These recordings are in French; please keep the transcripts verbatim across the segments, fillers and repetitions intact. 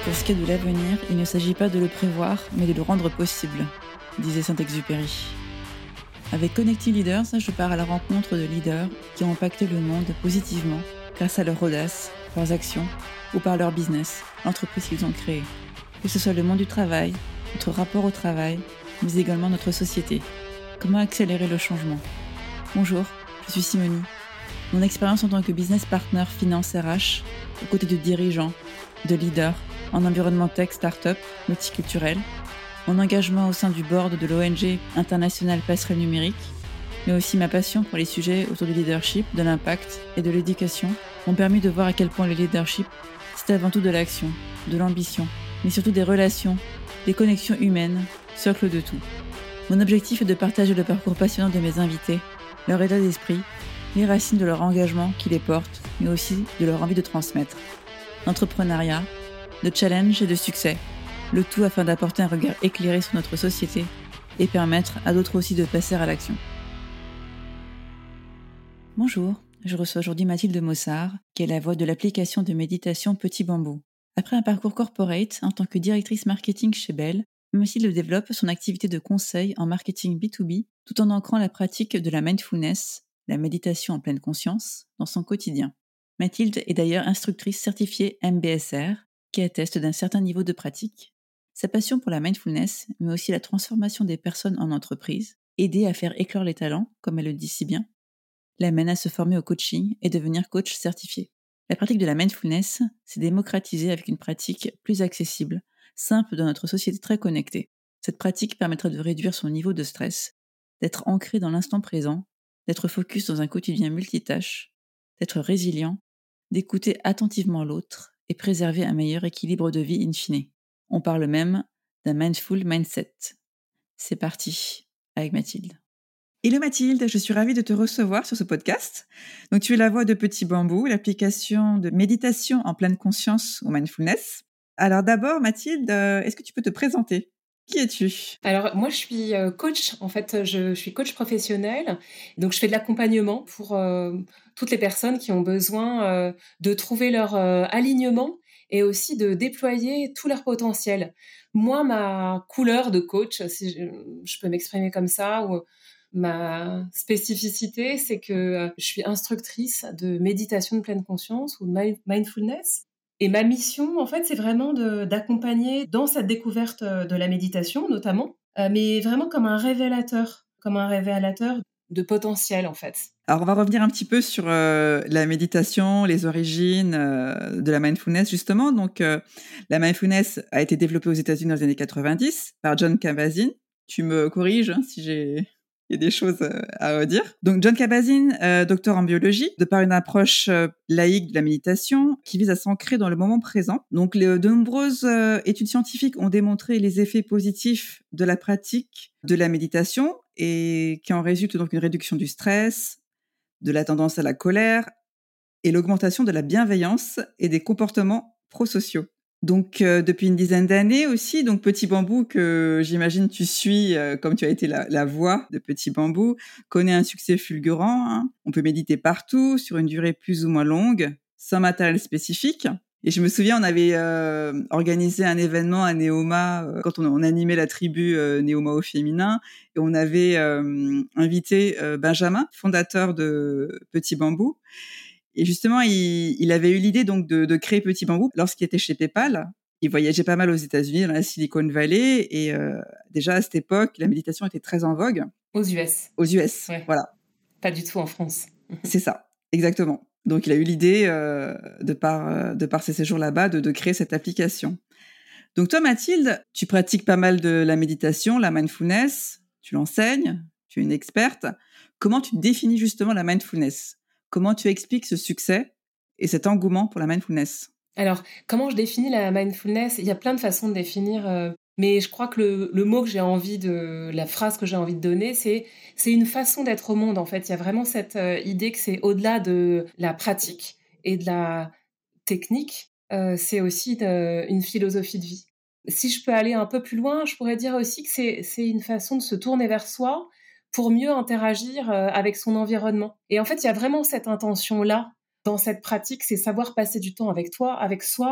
Pour ce qui est de l'avenir, il ne s'agit pas de le prévoir, mais de le rendre possible, disait Saint-Exupéry. Avec Connecting Leaders, je pars à la rencontre de leaders qui ont impacté le monde positivement grâce à leur audace, leurs actions ou par leur business, l'entreprise qu'ils ont créée. Que ce soit le monde du travail, notre rapport au travail, mais également notre société. Comment accélérer le changement ? Bonjour, je suis Simonie. Mon expérience en tant que business partner finance R H, aux côtés de dirigeants, de leaders, en environnement tech, start-up, multiculturel, mon engagement au sein du board de l'O N G internationale Passerelle numérique, mais aussi ma passion pour les sujets autour du leadership, de l'impact et de l'éducation m'ont permis de voir à quel point le leadership, c'est avant tout de l'action, de l'ambition, mais surtout des relations, des connexions humaines, socle de tout. Mon objectif est de partager le parcours passionnant de mes invités, leur état d'esprit, les racines de leur engagement qui les portent, mais aussi de leur envie de transmettre. L'entrepreneuriat, de challenge et de succès, le tout afin d'apporter un regard éclairé sur notre société et permettre à d'autres aussi de passer à l'action. Bonjour, je reçois aujourd'hui Mathilde Mossard, qui est la voix de l'application de méditation Petit Bambou. Après un parcours corporate en tant que directrice marketing chez Bell, Mathilde développe son activité de conseil en marketing B deux B tout en ancrant la pratique de la mindfulness, la méditation en pleine conscience, dans son quotidien. Mathilde est d'ailleurs instructrice certifiée M B S R, qui atteste d'un certain niveau de pratique. Sa passion pour la mindfulness, mais aussi la transformation des personnes en entreprise, aider à faire éclore les talents, comme elle le dit si bien, l'amène à se former au coaching et devenir coach certifié. La pratique de la mindfulness s'est démocratisée avec une pratique plus accessible, simple dans notre société très connectée. Cette pratique permettra de réduire son niveau de stress, d'être ancré dans l'instant présent, d'être focus dans un quotidien multitâche, d'être résilient, d'écouter attentivement l'autre et préserver un meilleur équilibre de vie in fine. On parle même d'un mindful mindset. C'est parti avec Mathilde. Hello Mathilde, je suis ravie de te recevoir sur ce podcast. Donc tu es la voix de Petit Bambou, l'application de méditation en pleine conscience ou mindfulness. Alors d'abord Mathilde, est-ce que tu peux te présenter ? Qui es-tu ? Alors moi je suis coach, en fait je, je suis coach professionnel, donc je fais de l'accompagnement pour euh, toutes les personnes qui ont besoin euh, de trouver leur euh, alignement et aussi de déployer tout leur potentiel. Moi ma couleur de coach, si je, je peux m'exprimer comme ça, ou ma spécificité c'est que je suis instructrice de méditation de pleine conscience ou de mindfulness. Et ma mission, en fait, c'est vraiment de, d'accompagner dans cette découverte de la méditation, notamment, euh, mais vraiment comme un révélateur, comme un révélateur de potentiel, en fait. Alors, on va revenir un petit peu sur euh, la méditation, les origines euh, de la mindfulness, justement. Donc, euh, la mindfulness a été développée aux États-Unis dans les années quatre-vingt-dix par Jon Kabat-Zinn. Tu me corriges hein, si j'ai... Il y a des choses à redire. Donc, Jon Kabat-Zinn, euh, docteur en biologie, de par une approche euh, laïque de la méditation qui vise à s'ancrer dans le moment présent. Donc, les, de nombreuses euh, études scientifiques ont démontré les effets positifs de la pratique de la méditation et qui en résulte donc une réduction du stress, de la tendance à la colère et l'augmentation de la bienveillance et des comportements prosociaux. Donc, euh, depuis une dizaine d'années aussi, donc Petit Bambou, que j'imagine tu suis, euh, comme tu as été la, la voix de Petit Bambou, connaît un succès fulgurant. Hein. On peut méditer partout, sur une durée plus ou moins longue, sans matériel spécifique. Et je me souviens, on avait euh, organisé un événement à Neoma, euh, quand on, on animait la tribu euh, Neoma au féminin, et on avait euh, invité euh, Benjamin, fondateur de Petit Bambou. Et justement, il, il avait eu l'idée donc de, de créer Petit Bambou lorsqu'il était chez PayPal. Il voyageait pas mal aux États-Unis, dans la Silicon Valley, et euh, déjà à cette époque, la méditation était très en vogue. Aux U S. Aux U S, ouais. Voilà. Pas du tout en France. C'est ça, exactement. Donc, il a eu l'idée, euh, de par de par ses séjours là-bas, de, de créer cette application. Donc, toi, Mathilde, tu pratiques pas mal de la méditation, la mindfulness, tu l'enseignes, tu es une experte. Comment tu définis justement la mindfulness ? Comment tu expliques ce succès et cet engouement pour la mindfulness ? Alors, comment je définis la mindfulness ? Il y a plein de façons de définir, euh, mais je crois que le, le mot que j'ai envie de, la phrase que j'ai envie de donner, c'est, c'est une façon d'être au monde, en fait. Il y a vraiment cette euh, idée que c'est au-delà de la pratique et de la technique, euh, c'est aussi de, une philosophie de vie. Si je peux aller un peu plus loin, je pourrais dire aussi que c'est, c'est une façon de se tourner vers soi pour mieux interagir euh, avec son environnement. Et en fait, il y a vraiment cette intention-là dans cette pratique, c'est savoir passer du temps avec toi, avec soi,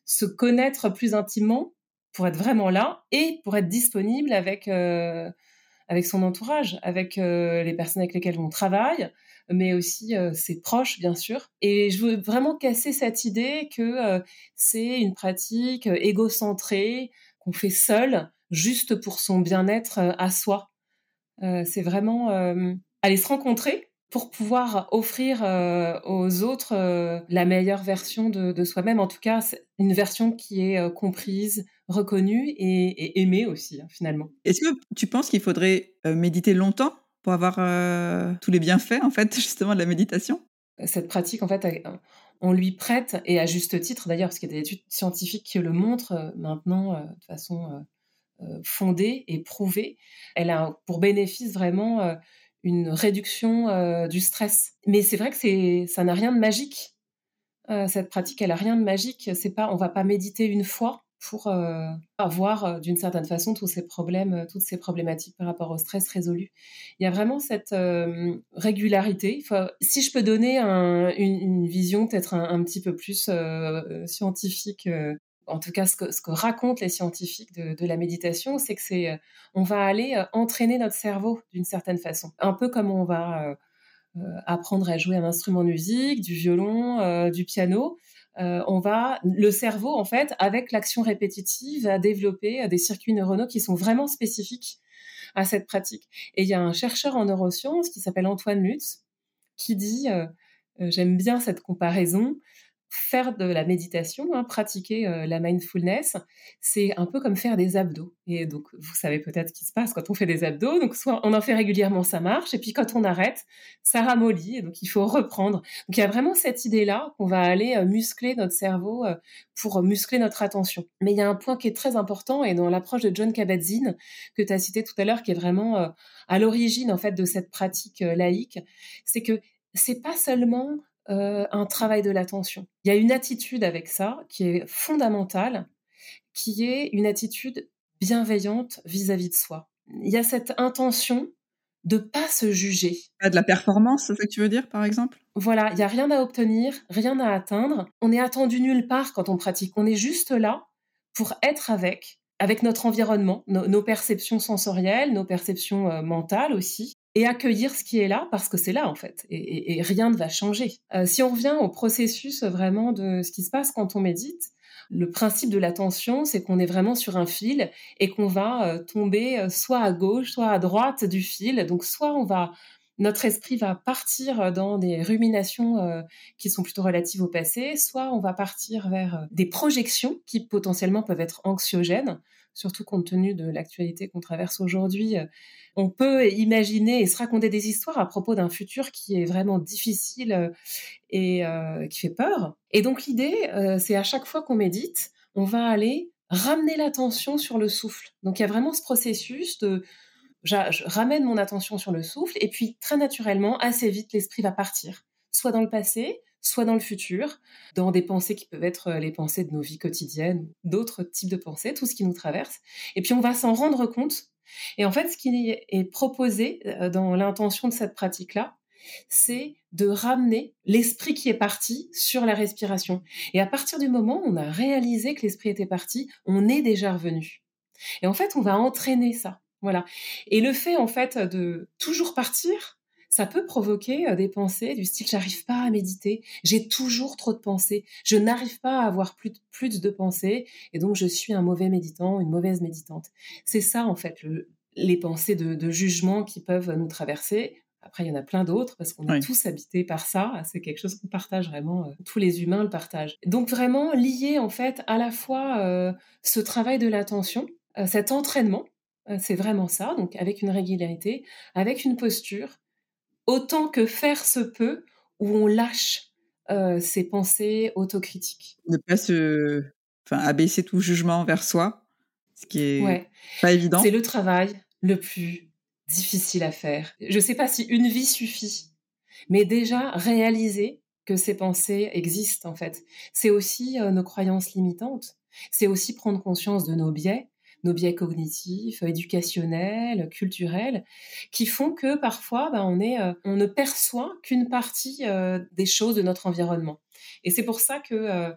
se connaître plus intimement pour être vraiment là et pour être disponible avec euh, avec son entourage, avec euh, les personnes avec lesquelles on travaille, mais aussi euh, ses proches, bien sûr. Et je veux vraiment casser cette idée que euh, c'est une pratique euh, égocentrée qu'on fait seul, juste pour son bien-être euh, à soi. Euh, c'est vraiment euh, aller se rencontrer pour pouvoir offrir euh, aux autres euh, la meilleure version de, de soi-même. En tout cas, c'est une version qui est euh, comprise, reconnue et, et aimée aussi, hein, finalement. Est-ce que tu penses qu'il faudrait, heu, méditer longtemps pour avoir, heu, tous les bienfaits, en fait, justement, de la méditation? Cette pratique, en fait, elle- on lui prête, et à juste titre d'ailleurs, parce qu'il y a des études scientifiques qui le montrent euh, maintenant euh, de façon euh, euh, fondée et prouvée, elle a pour bénéfice vraiment euh, une réduction euh, du stress. Mais c'est vrai que c'est, ça n'a rien de magique. Euh, cette pratique, elle a rien de magique. C'est pas, on va pas méditer une fois pour euh, avoir euh, d'une certaine façon tous ces problèmes, euh, toutes ces problématiques par rapport au stress résolus. Il y a vraiment cette euh, régularité. Enfin, si je peux donner un- une, une vision peut-être un, un petit peu plus euh, scientifique, euh, en tout cas ce que, ce que racontent les scientifiques de, de la méditation, c'est que c'est, euh, on va aller euh, entraîner notre cerveau d'une certaine façon, un peu comme on va euh, euh, apprendre à jouer un instrument de musique, du violon, euh, du piano. Euh, on va, le cerveau, en fait, avec l'action répétitive, va développer euh, des circuits neuronaux qui sont vraiment spécifiques à cette pratique. Et il y a un chercheur en neurosciences qui s'appelle Antoine Lutz qui dit, euh, euh, j'aime bien cette comparaison, faire de la méditation, hein, pratiquer euh, la mindfulness, c'est un peu comme faire des abdos. Et donc, vous savez peut-être ce qui se passe quand on fait des abdos. Donc, soit on en fait régulièrement, ça marche, et puis quand on arrête, ça ramollit, et donc il faut reprendre. Donc, il y a vraiment cette idée-là qu'on va aller euh, muscler notre cerveau euh, pour muscler notre attention. Mais il y a un point qui est très important, et dans l'approche de Jon Kabat-Zinn, que tu as cité tout à l'heure, qui est vraiment euh, à l'origine, en fait, de cette pratique euh, laïque, c'est que c'est pas seulement euh, un travail de l'attention. Il y a une attitude avec ça qui est fondamentale, qui est une attitude bienveillante vis-à-vis de soi. Il y a cette intention de pas se juger. Ah, de la performance, c'est ça que tu veux dire, par exemple? Voilà, il y a rien à obtenir, rien à atteindre. On est attendu nulle part quand on pratique. On est juste là pour être avec, avec notre environnement, nos, nos perceptions sensorielles, nos perceptions euh, mentales aussi, et accueillir ce qui est là parce que c'est là en fait, et, et- et rien ne va changer. Euh, si on revient au processus vraiment de ce qui se passe quand on médite, le principe de l'attention, c'est qu'on est vraiment sur un fil et qu'on va euh, tomber euh, soit à gauche, soit à droite du fil. Donc soit on va notre esprit va partir dans des ruminations euh, qui sont plutôt relatives au passé, soit on va partir vers euh, des projections qui potentiellement peuvent être anxiogènes, surtout compte tenu de l'actualité qu'on traverse aujourd'hui. Euh, On peut imaginer et se raconter des histoires à propos d'un futur qui est vraiment difficile euh, et euh, qui fait peur. Et donc l'idée, euh, c'est à chaque fois qu'on médite, on va aller ramener l'attention sur le souffle. Donc il y a vraiment ce processus de je, je ramène mon attention sur le souffle et puis très naturellement, assez vite, l'esprit va partir, soit dans le passé, soit dans le futur, dans des pensées qui peuvent être euh, les pensées de nos vies quotidiennes, d'autres types de pensées, tout ce qui nous traverse. Et puis on va s'en rendre compte. Et en fait, ce qui est proposé euh, dans l'intention de cette pratique-là, c'est de ramener l'esprit qui est parti sur la respiration. Et à partir du moment où on a réalisé que l'esprit était parti, on est déjà revenu. Et en fait, on va entraîner ça. Voilà. Et le fait, en fait, de toujours partir, ça peut provoquer euh, des pensées du style j'arrive pas à méditer, j'ai toujours trop de pensées, je n'arrive pas à avoir plus de, plus de pensées, et donc je suis un mauvais méditant, une mauvaise méditante. C'est ça, en fait, le, les pensées de, de jugement qui peuvent nous traverser. Après, il y en a plein d'autres parce qu'on est Oui. tous habités par ça. C'est quelque chose qu'on partage vraiment. euh, tous les humains le partagent. Donc vraiment lié en fait à la fois euh, ce travail de l'attention, euh, cet entraînement, euh, c'est vraiment ça. Donc avec une régularité, avec une posture, autant que faire se peut, où on lâche euh, ses pensées autocritiques. Ne pas se enfin, abaisser tout jugement envers soi, ce qui est Ouais, pas c'est évident. le travail le plus difficile à faire. Je ne sais pas si une vie suffit, mais déjà réaliser que ces pensées existent en fait. C'est aussi euh, nos croyances limitantes. C'est aussi prendre conscience de nos biais, nos biais cognitifs, éducationnels, culturels, qui font que parfois ben, on, est, euh, on ne perçoit qu'une partie euh, des choses de notre environnement. Et c'est pour ça que euh,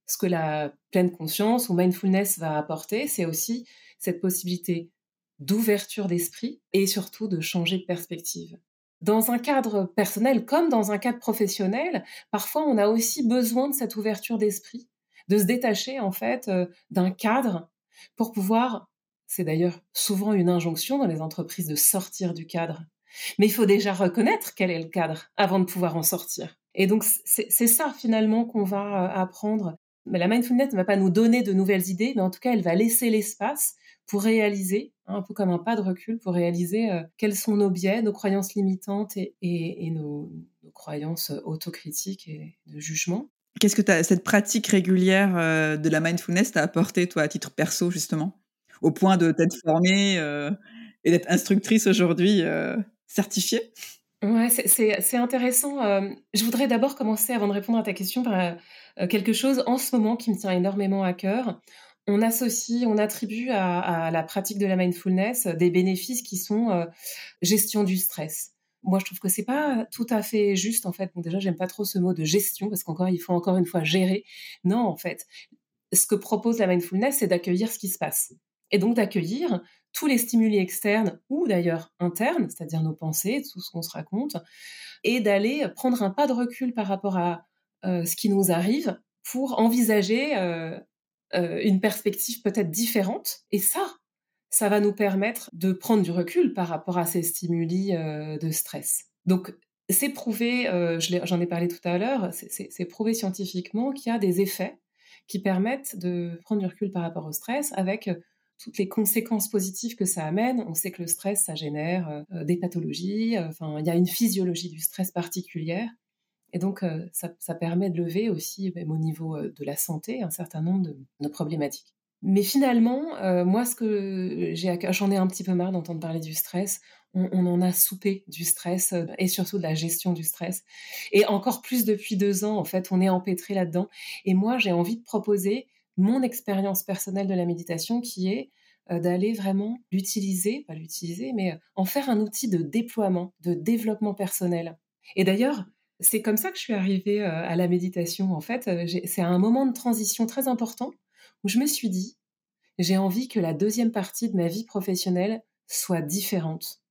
ce que la pleine conscience ou mindfulness va apporter, c'est aussi cette possibilité d'ouverture d'esprit et surtout de changer de perspective. Dans un cadre personnel comme dans un cadre professionnel, parfois on a aussi besoin de cette ouverture d'esprit, de se détacher en fait euh, d'un cadre pour pouvoir, c'est d'ailleurs souvent une injonction dans les entreprises de sortir du cadre, mais il faut déjà reconnaître quel est le cadre avant de pouvoir en sortir. Et donc c'est, c'est ça finalement qu'on va euh, apprendre. Mais la mindfulness ne va pas nous donner de nouvelles idées, mais en tout cas elle va laisser l'espace pour réaliser, hein, un peu comme un pas de recul, pour réaliser euh, quels sont nos biais, nos croyances limitantes et, et, et nos, nos croyances autocritiques et de jugement. Qu'est-ce que t'as, cette pratique régulière euh, de la mindfulness t'a apporté, toi, à titre perso, justement, au point de t'être formée euh, et d'être instructrice aujourd'hui euh, certifiée? Ouais, c'est, c'est, c'est intéressant. Euh, je voudrais d'abord commencer, avant de répondre à ta question, par euh, quelque chose en ce moment qui me tient énormément à cœur. On associe, on attribue à, à la pratique de la mindfulness des bénéfices qui sont euh, gestion du stress. Moi, je trouve que c'est pas tout à fait juste, en fait. Bon, déjà, j'aime pas trop ce mot de gestion, parce qu'encore, il faut encore une fois gérer. Non, en fait, ce que propose la mindfulness, c'est d'accueillir ce qui se passe. Et donc d'accueillir tous les stimuli externes ou d'ailleurs internes, c'est-à-dire nos pensées, tout ce qu'on se raconte, et d'aller prendre un pas de recul par rapport à euh, ce qui nous arrive pour envisager euh, euh, une perspective peut-être différente. Et ça, ça va nous permettre de prendre du recul par rapport à ces stimuli euh, de stress. Donc, c'est prouvé, euh, je l'ai, j'en ai parlé tout à l'heure, c'est, c'est, c'est prouvé scientifiquement qu'il y a des effets qui permettent de prendre du recul par rapport au stress avec toutes les conséquences positives que ça amène. On sait que le stress, ça génère euh, des pathologies, euh, enfin, il y a une physiologie du stress particulière. Et donc, euh, ça, ça permet de lever aussi, même au niveau euh, de la santé, un certain nombre de, de problématiques. Mais finalement, euh, moi, ce que j'ai, j'en ai un petit peu marre d'entendre parler du stress. On, on en a soupé du stress euh, et surtout de la gestion du stress. Et encore plus depuis deux ans, en fait, on est empêtré là-dedans. Et moi, j'ai envie de proposer mon expérience personnelle de la méditation qui est euh, d'aller vraiment l'utiliser, pas l'utiliser, mais euh, en faire un outil de déploiement, de développement personnel. Et d'ailleurs, c'est comme ça que je suis arrivée euh, à la méditation. En fait, euh, j'ai, c'est un moment de transition très important où je me suis dit, j'ai envie que la deuxième partie de ma vie professionnelle soit différente.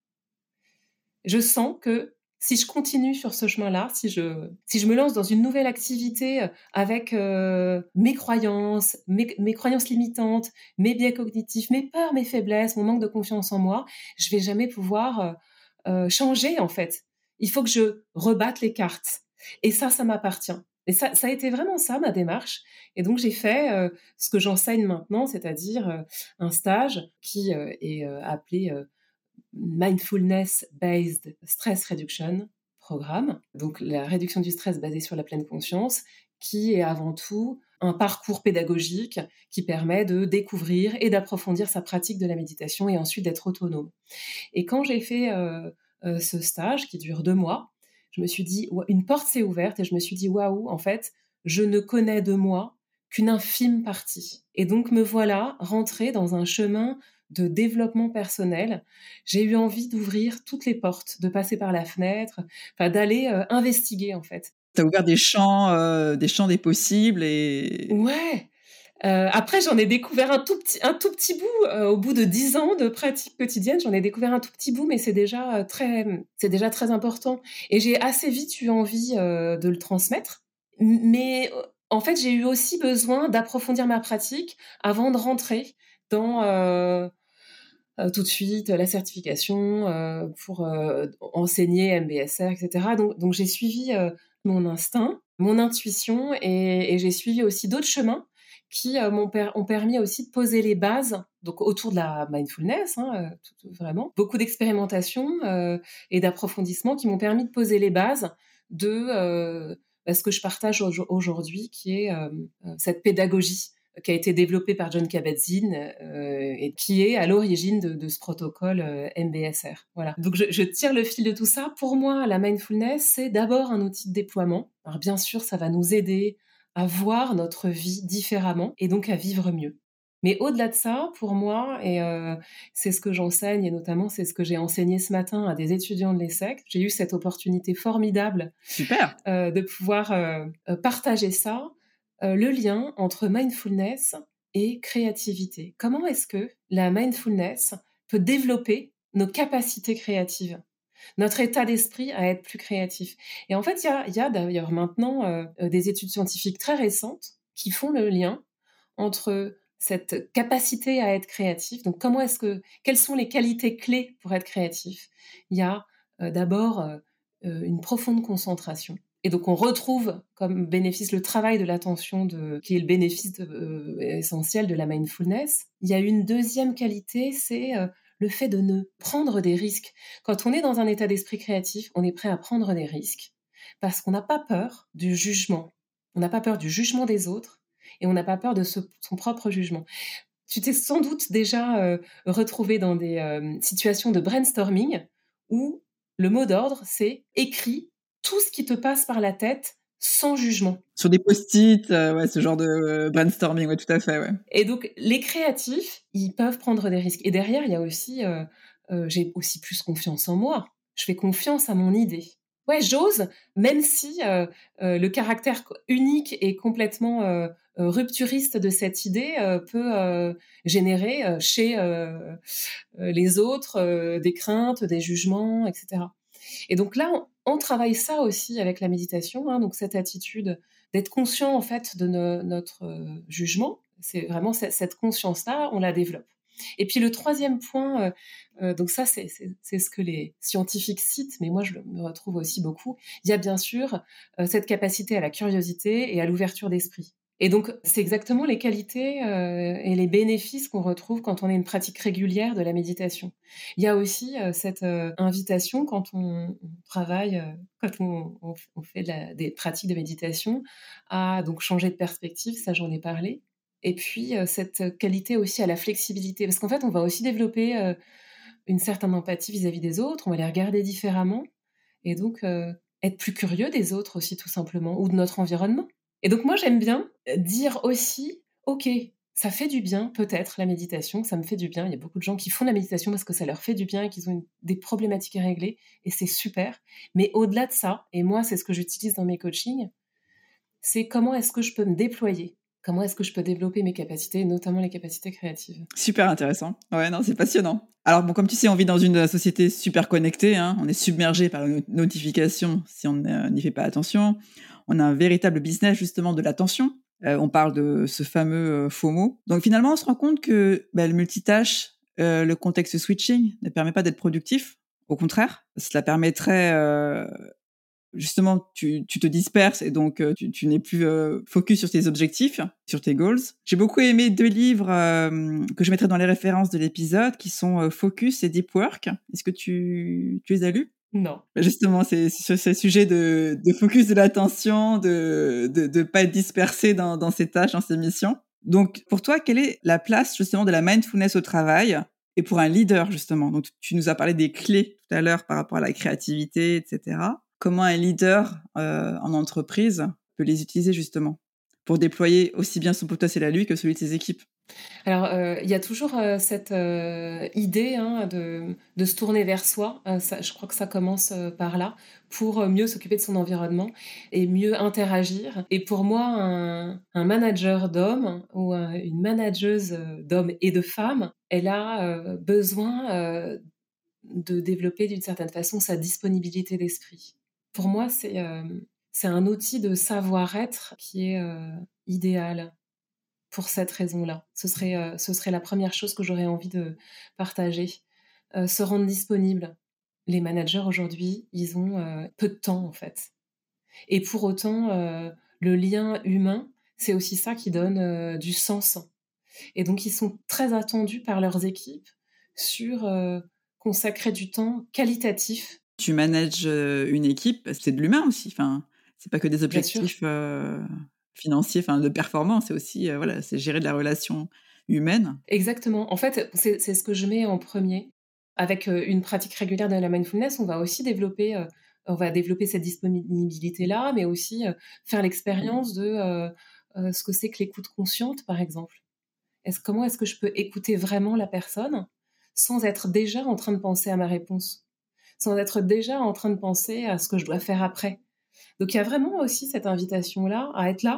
Je sens que si je continue sur ce chemin-là, si je, si je me lance dans une nouvelle activité avec euh, mes croyances, mes, mes croyances limitantes, mes biais cognitifs, mes peurs, mes faiblesses, mon manque de confiance en moi, je vais jamais pouvoir euh, euh, changer en fait. Il faut que je rebatte les cartes. Et ça, ça m'appartient. Et ça, ça a été vraiment ça, ma démarche. Et donc, j'ai fait euh, ce que j'enseigne maintenant, c'est-à-dire euh, un stage qui euh, est euh, appelé euh, Mindfulness-Based Stress Reduction Programme. Donc, la réduction du stress basée sur la pleine conscience, qui est avant tout un parcours pédagogique qui permet de découvrir et d'approfondir sa pratique de la méditation et ensuite d'être autonome. Et quand j'ai fait euh, euh, ce stage qui dure deux mois, je me suis dit, une porte s'est ouverte et je me suis dit, waouh, en fait, je ne connais de moi qu'une infime partie. Et donc me voilà rentrée dans un chemin de développement personnel. J'ai eu envie d'ouvrir toutes les portes, de passer par la fenêtre, enfin, d'aller euh, investiguer en fait. Tu as ouvert des champs, euh, des champs des possibles et... Ouais. Euh, après, j'en ai découvert un tout petit, un tout petit bout. Euh, au bout de dix ans de pratique quotidienne, j'en ai découvert un tout petit bout, mais c'est déjà euh, très, c'est déjà très important. Et j'ai assez vite eu envie euh, de le transmettre. Mais euh, en fait, j'ai eu aussi besoin d'approfondir ma pratique avant de rentrer dans euh, euh, tout de suite la certification euh, pour euh, enseigner M B S R, et cetera. Donc, donc j'ai suivi euh, mon instinct, mon intuition, et, et j'ai suivi aussi d'autres chemins qui euh, m'ont per- ont permis aussi de poser les bases, donc autour de la mindfulness, hein, euh, tout- vraiment, beaucoup d'expérimentation euh, et d'approfondissement qui m'ont permis de poser les bases de euh, bah, ce que je partage au- aujourd'hui, qui est euh, euh, cette pédagogie qui a été développée par John Kabat-Zinn euh, et qui est à l'origine de, de ce protocole euh, M B S R. Voilà. Donc je, je tire le fil de tout ça. Pour moi, la mindfulness, c'est d'abord un outil de déploiement. Alors bien sûr, ça va nous aider à voir notre vie différemment et donc à vivre mieux. Mais au-delà de ça, pour moi, et euh, c'est ce que j'enseigne, et notamment c'est ce que j'ai enseigné ce matin à des étudiants de l'E S S E C, j'ai eu cette opportunité formidable Super. euh, de pouvoir euh, partager ça. euh, le lien entre mindfulness et créativité. Comment est-ce que la mindfulness peut développer nos capacités créatives, notre état d'esprit à être plus créatif? Et en fait, il y a, y a d'ailleurs maintenant euh, des études scientifiques très récentes qui font le lien entre cette capacité à être créatif. Donc, comment est-ce que, quelles sont les qualités clés pour être créatif? Il y a euh, d'abord euh, une profonde concentration. Et donc, on retrouve comme bénéfice le travail de l'attention, de, qui est le bénéfice de, euh, essentiel de la mindfulness. Il y a une deuxième qualité, c'est euh, le fait de ne prendre des risques. Quand on est dans un état d'esprit créatif, on est prêt à prendre des risques parce qu'on n'a pas peur du jugement. On n'a pas peur du jugement des autres et on n'a pas peur de ce, son propre jugement. Tu t'es sans doute déjà euh, retrouvé dans des euh, situations de brainstorming où le mot d'ordre, c'est écris tout ce qui te passe par la tête sans jugement. Sur des post-it, euh, ouais, ce genre de euh, brainstorming, ouais, tout à fait, ouais. Et donc, les créatifs, ils peuvent prendre des risques. Et derrière, il y a aussi, euh, euh, j'ai aussi plus confiance en moi. Je fais confiance à mon idée. Ouais, j'ose, même si euh, euh, le caractère unique et complètement euh, euh, rupturiste de cette idée euh, peut euh, générer euh, chez euh, euh, les autres euh, des craintes, des jugements, et cetera. Et donc là, on, on travaille ça aussi avec la méditation, hein, donc cette attitude d'être conscient en fait de no- notre euh, jugement. C'est vraiment cette, cette conscience-là, on la développe. Et puis le troisième point, euh, euh, donc ça c'est, c'est, c'est ce que les scientifiques citent, mais moi je le- me retrouve aussi beaucoup. Il y a bien sûr euh, cette capacité à la curiosité et à l'ouverture d'esprit. Et donc, c'est exactement les qualités euh, et les bénéfices qu'on retrouve quand on a une pratique régulière de la méditation. Il y a aussi euh, cette euh, invitation quand on, on travaille, euh, quand on, on, on fait de la, des pratiques de méditation, à donc changer de perspective, ça j'en ai parlé. Et puis, euh, cette qualité aussi à la flexibilité, parce qu'en fait, on va aussi développer euh, une certaine empathie vis-à-vis des autres, on va les regarder différemment, et donc euh, être plus curieux des autres aussi, tout simplement, ou de notre environnement. Et donc moi, j'aime bien dire aussi, OK, ça fait du bien, peut-être, la méditation, ça me fait du bien. Il y a beaucoup de gens qui font la méditation parce que ça leur fait du bien et qu'ils ont une- des problématiques à régler, et c'est super. Mais au-delà de ça, et moi, c'est ce que j'utilise dans mes coachings, c'est comment est-ce que je peux me déployer? Comment est-ce que je peux développer mes capacités, notamment les capacités créatives? Super intéressant. Ouais, non, c'est passionnant. Alors, bon, comme tu sais, on vit dans une société super connectée, hein. On est submergé par les notifications si on euh, n'y fait pas attention. On a un véritable business, justement, de l'attention. Euh, on parle de ce fameux euh, FOMO. Donc, finalement, on se rend compte que bah, le multitâche, euh, le contexte switching ne permet pas d'être productif. Au contraire, cela permettrait euh, justement, tu, tu te disperses et donc euh, tu, tu n'es plus euh, focus sur tes objectifs, sur tes goals. J'ai beaucoup aimé deux livres euh, que je mettrai dans les références de l'épisode qui sont euh, Focus et Deep Work. Est-ce que tu, tu les as lus? Non. Justement, c'est sur ce sujet de, de focus de l'attention, de de, de pas être dispersé dans, dans ses tâches, dans ses missions. Donc, pour toi, quelle est la place justement de la mindfulness au travail et pour un leader justement? Donc, tu nous as parlé des clés tout à l'heure par rapport à la créativité, et cetera. Comment un leader euh, en entreprise peut les utiliser justement pour déployer aussi bien son potentiel à lui que celui de ses équipes? Alors, euh, il y a toujours euh, cette euh, idée hein, de, de se tourner vers soi. Euh, ça, je crois que ça commence euh, par là, pour euh, mieux s'occuper de son environnement et mieux interagir. Et pour moi, un, un manager d'hommes ou un- une manageuse euh, d'hommes et de femmes, elle a euh, besoin euh, de développer d'une certaine façon sa disponibilité d'esprit. Pour moi, c'est euh, c'est un outil de savoir-être qui est euh, idéal pour cette raison-là. Ce serait, euh, ce serait la première chose que j'aurais envie de partager. Euh, se rendre disponible. Les managers aujourd'hui, ils ont euh, peu de temps en fait. Et pour autant, euh, le lien humain, c'est aussi ça qui donne euh, du sens. Et donc, ils sont très attendus par leurs équipes sur euh, consacrer du temps qualitatif, Tu manages euh, une équipe, c'est de l'humain aussi. Enfin, c'est pas que des bien sûr. objectifs euh, financiers, enfin de performance, c'est aussi euh, voilà, c'est gérer de la relation humaine. Exactement. En fait, c'est c'est ce que je mets en premier. Avec euh, une pratique régulière de la mindfulness, on va aussi développer, euh, on va développer cette disponibilité-là, mais aussi euh, faire l'expérience de euh, euh, ce que c'est que l'écoute consciente, par exemple. Est-ce, comment est-ce que je peux écouter vraiment la personne sans être déjà en train de penser à ma réponse, sans être déjà en train de penser à ce que je dois faire après. Donc il y a vraiment aussi cette invitation-là à être là,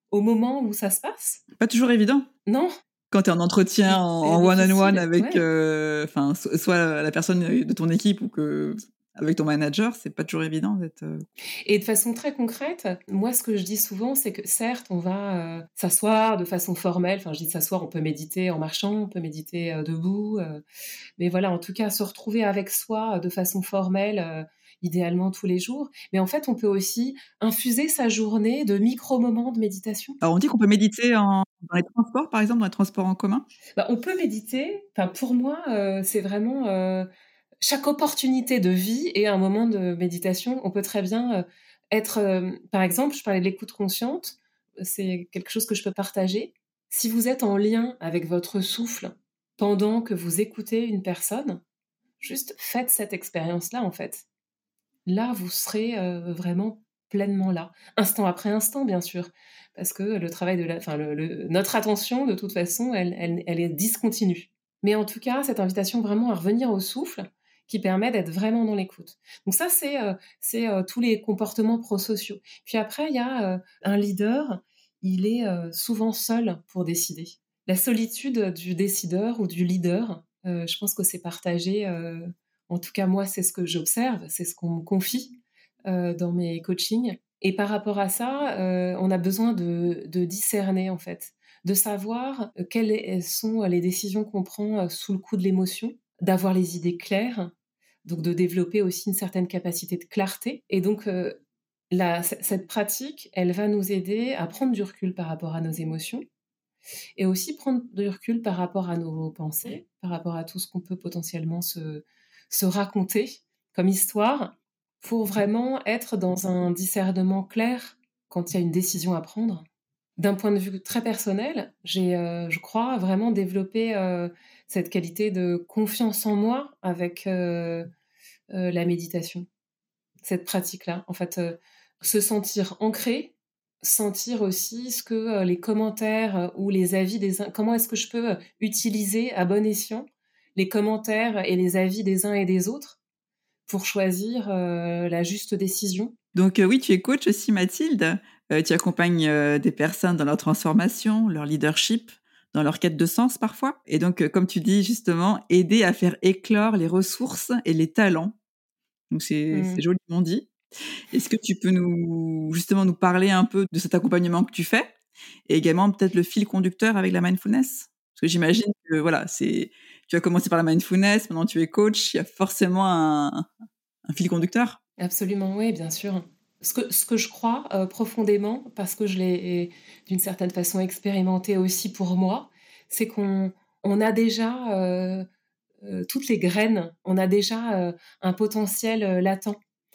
au moment où ça se passe. Pas toujours évident. Non. Quand tu es en entretien, C'est en difficile, one-on-one avec, ouais. heu, enfin, so soit la personne de ton équipe ou que avec ton manager, c'est pas toujours évident d'être, heu Et de façon très concrète, moi, ce que je dis souvent, c'est que certes, on va, heu, s'asseoir de façon formelle. Enfin, je dis s'asseoir, on peut méditer en marchant, on peut méditer, heu, debout, heu, mais voilà, en tout cas, se retrouver avec soi de façon formelle, heu, idéalement tous les jours. Mais en fait, on peut aussi infuser sa journée de micro-moments de méditation. Alors on dit qu'on peut méditer en dans les transports, par exemple, dans les transports en commun? Bah, on peut méditer, enfin pour moi, heu, c'est vraiment, heu, chaque opportunité de vie est un moment de méditation. On peut très bien, heu, être, hem, par exemple, je parlais de l'écoute consciente, c'est quelque chose que je peux partager. Si vous êtes en lien avec votre souffle pendant que vous écoutez une personne, juste faites cette expérience-là, en fait. Là, vous serez, heu, vraiment pleinement là. Instant après instant, bien sûr, parce que le travail de la enfin le le notre attention, de toute façon, elle elle elle est discontinue. Mais en tout cas, cette invitation vraiment à revenir au souffle, qui permet d'être vraiment dans l'écoute. Donc ça, c'est, heu, c'est, heu, tous les comportements prosociaux. Puis après, il y a, heu, un leader, il est, heu, souvent seul pour décider. La solitude du décideur ou du leader, heu, je pense que c'est partagé, heu en tout cas, moi, c'est ce que j'observe, c'est ce qu'on me confie, heu, dans mes coachings et par rapport à ça, heu, on a besoin de de discerner, en fait, de savoir, heu, quelles est sont les décisions qu'on prend, heu, sous le coup de l'émotion, d'avoir les idées claires, donc de développer aussi une certaine capacité de clarté et donc heu, la c cette pratique, elle va nous aider à prendre du recul par rapport à nos émotions et aussi prendre du recul par rapport à nos pensées, par rapport à tout ce qu'on peut potentiellement se se raconter comme histoire, pour vraiment être dans un discernement clair quand il y a une décision à prendre. D'un point de vue très personnel, j'ai, heu, je crois, vraiment développé, heu, cette qualité de confiance en moi avec, heu heu, la méditation. Cette pratique-là, en fait, heu, se sentir ancré, sentir aussi ce que, heu, les commentaires, heu, ou les avis des uns comment est-ce que je peux, heu, utiliser à bon escient les commentaires et les avis des uns et des autres pour choisir, heu, la juste décision. Donc heu, oui, tu es coach aussi Mathilde, heu, tu accompagnes, heu, des personnes dans leur transformation, leur leadership, dans leur quête de sens parfois et donc heu, comme tu dis justement, aider à faire éclore les ressources et les talents. Donc c'est Mmh. c'est joliment dit. Est-ce que tu peux nous justement nous parler un peu de cet accompagnement que tu fais? Et également peut-être le fil conducteur avec la mindfulness? Parce que j'imagine que voilà, c'est tu as commencé par la mindfulness, maintenant tu es coach, il y a forcément un un fil conducteur? Absolument, oui, bien sûr. Ce que ce que je crois, heu, profondément, parce que je l'ai, d'une certaine façon, expérimenté aussi pour moi, c'est qu'on on a déjà, heu heu, toutes les graines, on a déjà, heu, un potentiel, heu, latent.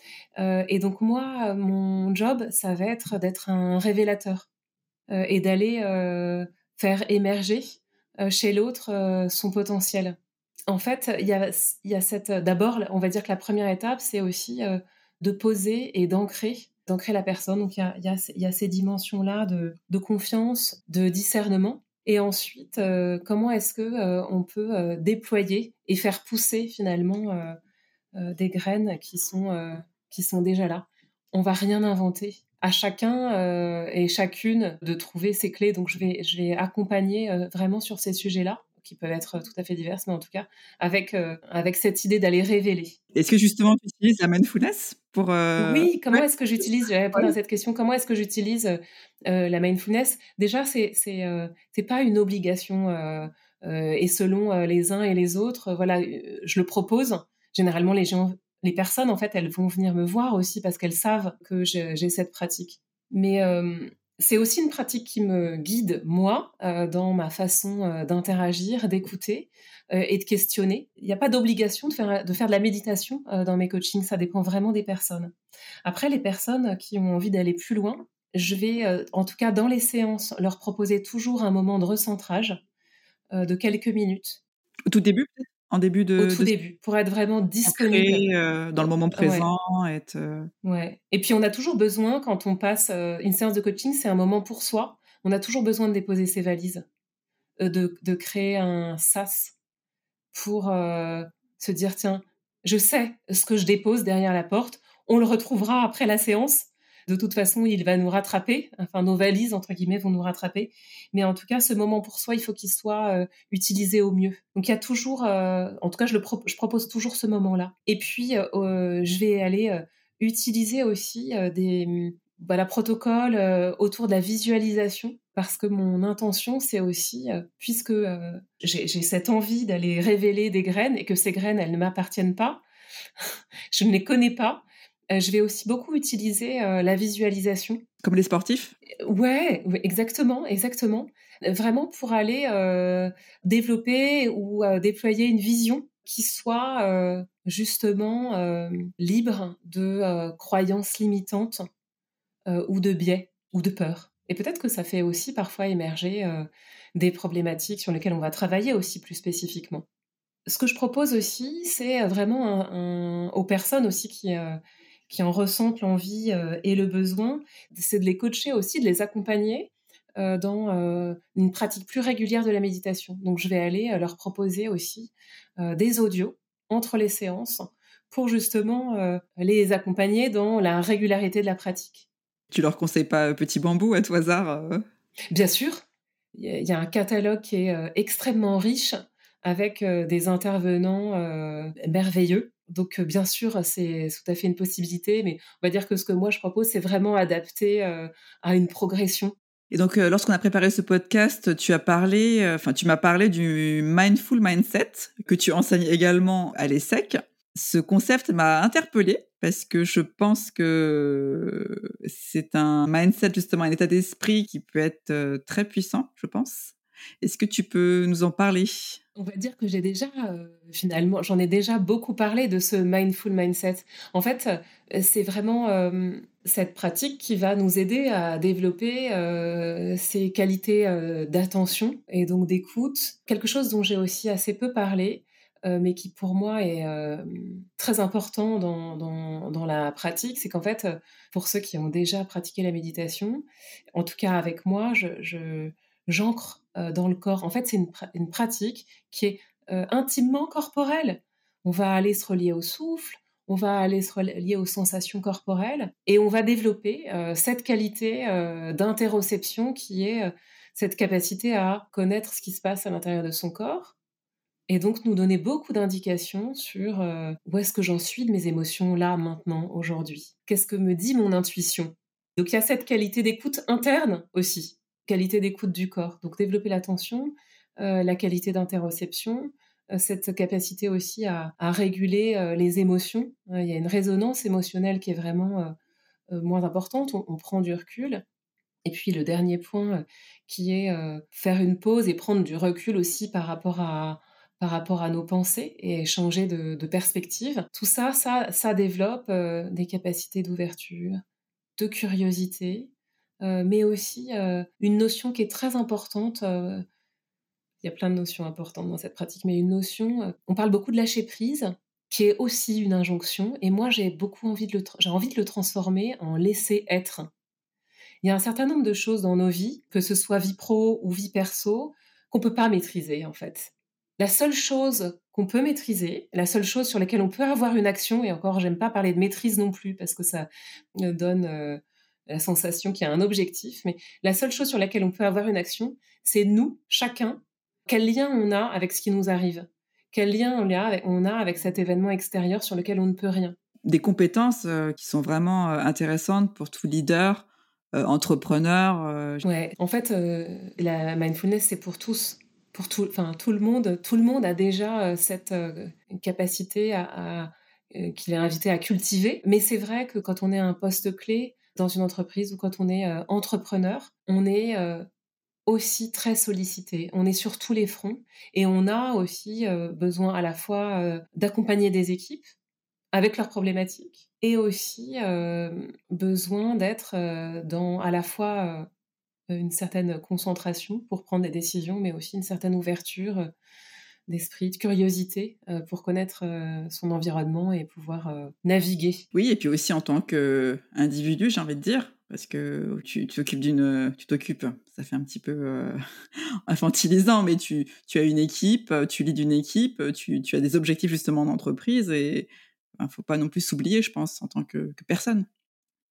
Heu et donc moi, heu, mon job, ça va être d'être un révélateur, heu et d'aller, heu, faire émerger, heu, chez l'autre, heu, son potentiel. En fait, il y a il y a cette d'abord, on va dire que la première étape, c'est aussi, heu, de poser et d'ancrer d'ancrer la personne. Donc il y a il y a il y a ces dimensions-là de de confiance, de discernement et ensuite, heu, comment est-ce que, heu, on peut, heu, déployer et faire pousser finalement, heu heu, des graines qui sont, heu, qui sont déjà là. On va rien inventer. À chacun, heu et chacune de trouver ses clés. Donc je vais je vais accompagner, heu, vraiment sur ces sujets-là, qui peuvent être tout à fait diverses, mais en tout cas avec, heu, avec cette idée d'aller révéler. Est-ce que justement tu utilises la mindfulness pour, heu Oui, comment ouais? est-ce que j'utilise je vais répondre à Ouais. cette question, comment est-ce que j'utilise, heu heu, la mindfulness? Déjà, c'est c'est, heu, c'est pas une obligation, heu heu et selon, heu, les uns et les autres, heu, voilà, heu, je le propose. Généralement, les gens les personnes, en fait, elles vont venir me voir aussi parce qu'elles savent que je j'ai cette pratique. Mais, hem, c'est aussi une pratique qui me guide, moi, heu, dans ma façon, heu, d'interagir, d'écouter, heu et de questionner. Il y a pas d'obligation de faire, de faire de la méditation, heu, dans mes coachings, ça dépend vraiment des personnes. Après, les personnes qui ont envie d'aller plus loin, je vais, heu, en tout cas dans les séances, leur proposer toujours un moment de recentrage, heu, de quelques minutes, Au tout début peut-être? En début au de tout de début, pour être vraiment disponible. ancré, heu, dans le Heu, moment ouais, présent, être, heu ouais et puis on a toujours besoin quand on passe, heu, une séance de coaching, c'est un moment pour soi. On a toujours besoin de déposer ses valises, heu, de de créer un sas pour, heu, se dire: «Tiens, je sais ce que je dépose derrière la porte, on le retrouvera après la séance». De toute façon, il va nous rattraper. Enfin, nos valises, entre guillemets, vont nous rattraper. Mais en tout cas, ce moment pour soi, il faut qu'il soit euh, utilisé au mieux. Donc, il y a toujours, euh, en tout cas, je, le pro- je propose toujours ce moment-là. Et puis, euh, euh, je vais aller euh, utiliser aussi euh, des voilà, protocoles euh, autour de la visualisation. Parce que mon intention, c'est aussi, euh, puisque euh, j'ai, j'ai cette envie d'aller révéler des graines et que ces graines, elles ne m'appartiennent pas, je ne les connais pas. Euh, je vais aussi beaucoup utiliser euh, la visualisation. Comme les sportifs? Ouais, ouais, exactement, exactement. Euh, Vraiment pour aller euh, développer ou euh, déployer une vision qui soit euh, justement euh, libre de euh, croyances limitantes euh, ou de biais ou de peurs. Et peut-être que ça fait aussi parfois émerger euh, des problématiques sur lesquelles on va travailler aussi plus spécifiquement. Ce que je propose aussi, c'est euh, vraiment un, un- aux personnes aussi qui, euh, qui en ressentent l'envie euh, et le besoin, c'est de les coacher aussi, de les accompagner euh, dans euh, une pratique plus régulière de la méditation. Donc, je vais aller euh, leur proposer aussi euh, des audios entre les séances pour justement euh, les accompagner dans la régularité de la pratique. Tu leur conseilles pas euh, Petit Bambou à tout hasard euh Bien sûr, il y a il y a un catalogue qui est euh, extrêmement riche avec euh, des intervenants euh, merveilleux. Donc, euh, bien sûr, c'est tout à fait une possibilité, mais on va dire que ce que moi je propose, c'est vraiment adapté euh, à une progression. Et donc, euh, lorsqu'on a préparé ce podcast, tu as parlé, euh, enfin, tu m'as parlé du mindful mindset que tu enseignes également à l'ESSEC. Ce concept m'a interpellée parce que je pense que c'est un mindset, justement, un état d'esprit qui peut être euh, très puissant, je pense. Est-ce que tu peux nous en parler? On va dire que j'ai déjà, heu, finalement, j'en ai déjà beaucoup parlé de ce mindful mindset. En fait, heu, c'est vraiment, hem, cette pratique qui va nous aider à développer, heu, ces qualités, heu, d'attention et donc d'écoute. Quelque chose dont j'ai aussi assez peu parlé, heu, mais qui pour moi est, hem, très important dans dans dans la pratique, c'est qu'en fait, heu, pour ceux qui ont déjà pratiqué la méditation, en tout cas avec moi, je je j'ancre, heu, dans le corps. En fait, c'est une pra une pratique qui est euh, intimement corporelle. On va aller se relier au souffle, on va aller se relier aux sensations corporelles et on va développer euh, cette qualité euh, d'interoception qui est euh, cette capacité à connaître ce qui se passe à l'intérieur de son corps et donc nous donner beaucoup d'indications sur euh, où est-ce que j'en suis de mes émotions là, maintenant, aujourd'hui. Qu'est-ce que me dit mon intuition? Donc il y a cette qualité d'écoute interne aussi, qualité d'écoute du corps. Donc développer l'attention, euh, la qualité d'interoception, euh, cette capacité aussi à, à réguler euh, les émotions. Euh, il y a une résonance émotionnelle qui est vraiment euh, euh, moins importante, on, on prend du recul. Et puis le dernier point euh, qui est euh, faire une pause et prendre du recul aussi par rapport à, par rapport à nos pensées et changer de, de perspective. Tout ça, ça, ça développe euh, des capacités d'ouverture, de curiosité, euh, mais aussi euh, une notion qui est très importante. Euh, il y a plein de notions importantes dans cette pratique, mais une notion, euh, on parle beaucoup de lâcher prise, qui est aussi une injonction, et moi j'ai beaucoup envie de le, tra- j'ai envie de le transformer en laisser être. Il y a un certain nombre de choses dans nos vies, que ce soit vie pro ou vie perso, qu'on peut pas maîtriser en fait. La seule chose qu'on peut maîtriser, la seule chose sur laquelle on peut avoir une action, et encore j'aime pas parler de maîtrise non plus parce que ça euh, donne euh, la sensation qu'il y a un objectif, mais la seule chose sur laquelle on peut avoir une action, c'est nous, chacun, quel lien on a avec ce qui nous arrive, quel lien on a avec, on a avec cet événement extérieur sur lequel on ne peut rien. Des compétences euh, qui sont vraiment euh, intéressantes pour tout leader, euh, entrepreneur. euh, Ouais, en fait, heu, la mindfulness, c'est pour tous, pour tout enfin, tout le monde tout le monde a déjà, heu, cette, heu, capacité à à heu, qu'il est invité à cultiver. Mais c'est vrai que quand on est à un poste clé dans une entreprise ou quand on est, heu, entrepreneur, on est, heu, aussi très sollicité. On est sur tous les fronts et on a aussi, heu, besoin à la fois, heu, d'accompagner des équipes avec leurs problématiques et aussi, hem, besoin d'être, heu, dans à la fois, heu, une certaine concentration pour prendre des décisions, mais aussi une certaine ouverture, heu, d'esprit, de curiosité, heu, pour connaître, heu, son environnement et pouvoir, heu, naviguer. Oui, et puis aussi en tant qu'individu, j'ai envie de dire, parce que tu tu t'occupes d'une, tu t'occupes, ça fait un petit peu, heu, infantilisant, mais tu tu as une équipe, heu, tu leads une équipe, heu, tu tu as des objectifs justement d'entreprise et ben, faut pas non plus s'oublier, je pense, en tant que que personne.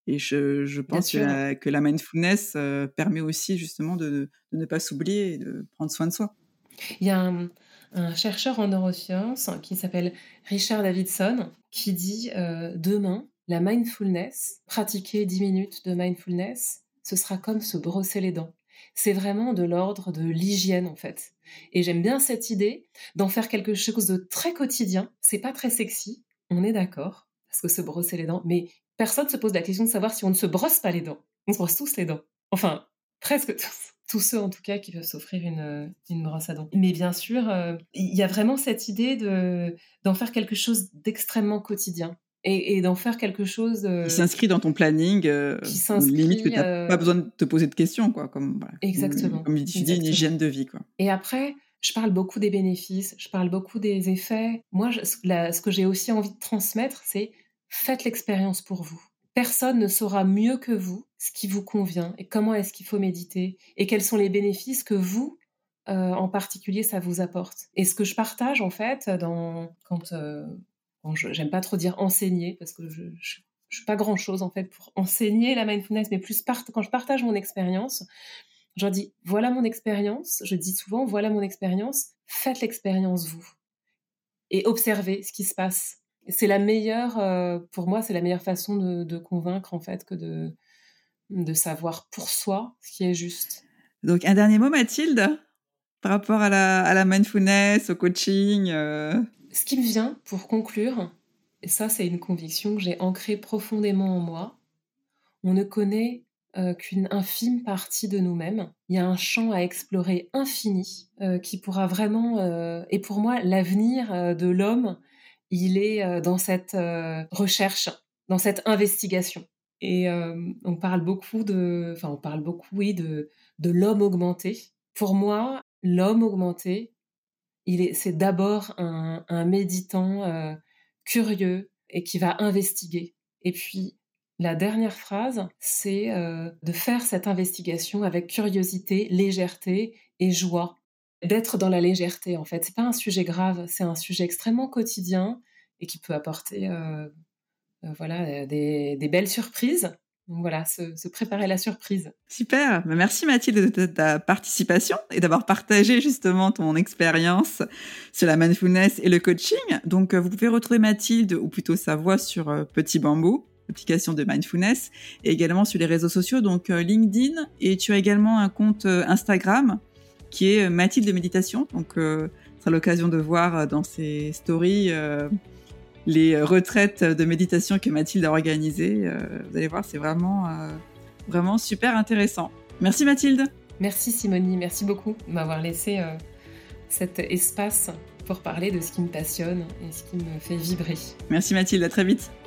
Et je, je pense que la, que la mindfulness euh, permet aussi justement de, de ne pas s'oublier et de prendre soin de soi. Il y a un, un chercheur en neurosciences qui s'appelle Richard Davidson qui dit euh, demain, la mindfulness, pratiquer dix minutes de mindfulness, ce sera comme se brosser les dents. C'est vraiment de l'ordre de l'hygiène en fait. Et j'aime bien cette idée d'en faire quelque chose de très quotidien. C'est pas très sexy, on est d'accord, parce que se brosser les dents, mais personne se pose la question de savoir si on ne se brosse pas les dents. On se brosse tous les dents. Enfin, presque tous. Tous ceux, en tout cas, qui peuvent s'offrir une, une brosse à dents. Mais bien sûr, euh, il y a vraiment cette idée de, d'en faire quelque chose d'extrêmement quotidien et, et d'en faire quelque chose... Euh, qui s'inscrit dans ton planning, euh, qui s'inscrit... limite que tu n'as euh, pas besoin de te poser de questions, quoi. Comme, voilà, exactement. Comme, comme tu dis, une hygiène de vie, quoi. Et après, je parle beaucoup des bénéfices, je parle beaucoup des effets. Moi, je, la, ce que j'ai aussi envie de transmettre, c'est faites l'expérience pour vous. Personne ne saura mieux que vous ce qui vous convient et comment est-ce qu'il faut méditer et quels sont les bénéfices que vous, euh, en particulier, ça vous apporte. Et ce que je partage, en fait, dans, quand, euh, quand je, j'aime pas trop dire enseigner, parce que je, je, je suis pas grand-chose, en fait, pour enseigner la mindfulness, mais plus part, quand je partage mon expérience, je leur dis, voilà mon expérience, je dis souvent, voilà mon expérience, faites l'expérience vous. Et observez ce qui se passe. C'est la meilleure, euh, pour moi, c'est la meilleure façon de, de convaincre, en fait, que de, de savoir pour soi ce qui est juste. Donc, un dernier mot, Mathilde, par rapport à la, à la mindfulness, au coaching euh... Ce qui me vient, pour conclure, et ça, c'est une conviction que j'ai ancrée profondément en moi, on ne connaît euh, qu'une infime partie de nous-mêmes. Il y a un champ à explorer infini euh, qui pourra vraiment... Euh, et pour moi, l'avenir euh, de l'homme, il est euh, dans cette euh, recherche, dans cette investigation. Et euh, on parle beaucoup de... Enfin, on parle beaucoup, oui, de, de l'homme augmenté. Pour moi, l'homme augmenté, il est, c'est d'abord un, un méditant euh, curieux et qui va investiguer. Et puis, la dernière phrase, c'est euh, de faire cette investigation avec curiosité, légèreté et joie. D'être dans la légèreté, en fait. C'est pas un sujet grave, c'est un sujet extrêmement quotidien et qui peut apporter euh, euh, voilà, des, des belles surprises. Donc voilà, se, se préparer à la surprise. Super, merci Mathilde de ta participation et d'avoir partagé justement ton expérience sur la mindfulness et le coaching. Donc vous pouvez retrouver Mathilde, ou plutôt sa voix, sur Petit Bambou, l'application de mindfulness, et également sur les réseaux sociaux, donc LinkedIn, et tu as également un compte Instagram qui est Mathilde de Méditation, donc euh, ce sera l'occasion de voir dans ses stories euh, les retraites de méditation que Mathilde a organisées. Euh, vous allez voir, c'est vraiment, euh, vraiment super intéressant. Merci Mathilde. Merci Simonie, merci beaucoup de m'avoir laissé euh, cet espace pour parler de ce qui me passionne et ce qui me fait vibrer. Merci Mathilde, à très vite.